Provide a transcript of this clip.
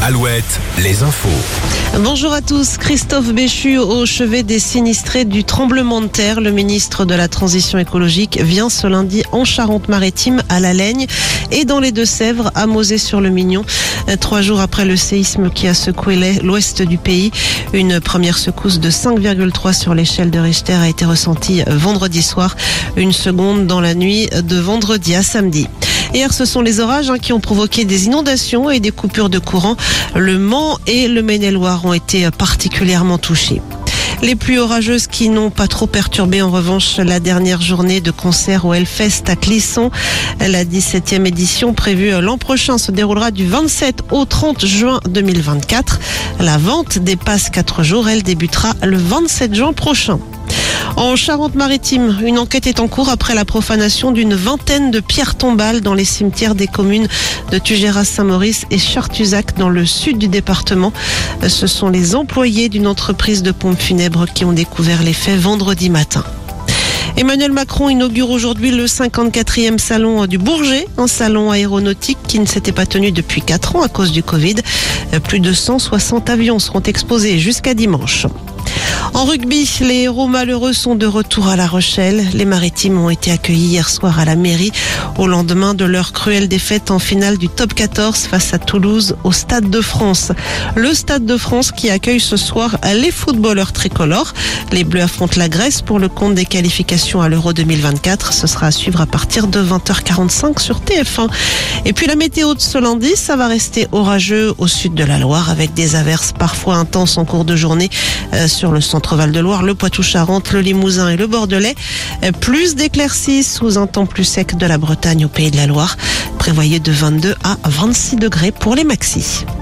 Alouette, les infos. Bonjour à tous. Christophe Béchu au chevet des sinistrés du tremblement de terre. Le ministre de la Transition écologique vient ce lundi en Charente-Maritime, à La Laigne et dans les Deux-Sèvres, à Mauzé-sur-le-Mignon. 3 jours après le séisme qui a secoué l'ouest du pays, une première secousse de 5,3 sur l'échelle de Richter a été ressentie vendredi soir. Une seconde dans la nuit de vendredi à samedi. Hier, ce sont les orages qui ont provoqué des inondations et des coupures de courant. Le Mans et le Maine-et-Loire ont été particulièrement touchés. Les pluies orageuses qui n'ont pas trop perturbé en revanche la dernière journée de concert au Hellfest à Clisson. La 17e édition prévue l'an prochain se déroulera du 27 au 30 juin 2024. La vente des passes 4 jours, elle débutera le 27 juin prochain. En Charente-Maritime, une enquête est en cours après la profanation d'une vingtaine de pierres tombales dans les cimetières des communes de Tugéras-Saint-Maurice et Chartuzac dans le sud du département. Ce sont les employés d'une entreprise de pompes funèbres qui ont découvert les faits vendredi matin. Emmanuel Macron inaugure aujourd'hui le 54e salon du Bourget, un salon aéronautique qui ne s'était pas tenu depuis 4 ans à cause du Covid. Plus de 160 avions seront exposés jusqu'à dimanche. En rugby, les héros malheureux sont de retour à La Rochelle. Les Maritimes ont été accueillis hier soir à la mairie au lendemain de leur cruelle défaite en finale du top 14 face à Toulouse au Stade de France. Le Stade de France qui accueille ce soir les footballeurs tricolores. Les Bleus affrontent la Grèce pour le compte des qualifications à l'Euro 2024. Ce sera à suivre à partir de 20h45 sur TF1. Et puis la météo de ce lundi, ça va rester orageux au sud de la Loire avec des averses parfois intenses en cours de journée sur le centre Val-de-Loire, le Poitou-Charentes, le Limousin et le Bordelais. Plus d'éclaircies sous un temps plus sec de la Bretagne au Pays de la Loire. Prévoyez de 22 à 26 degrés pour les maxis.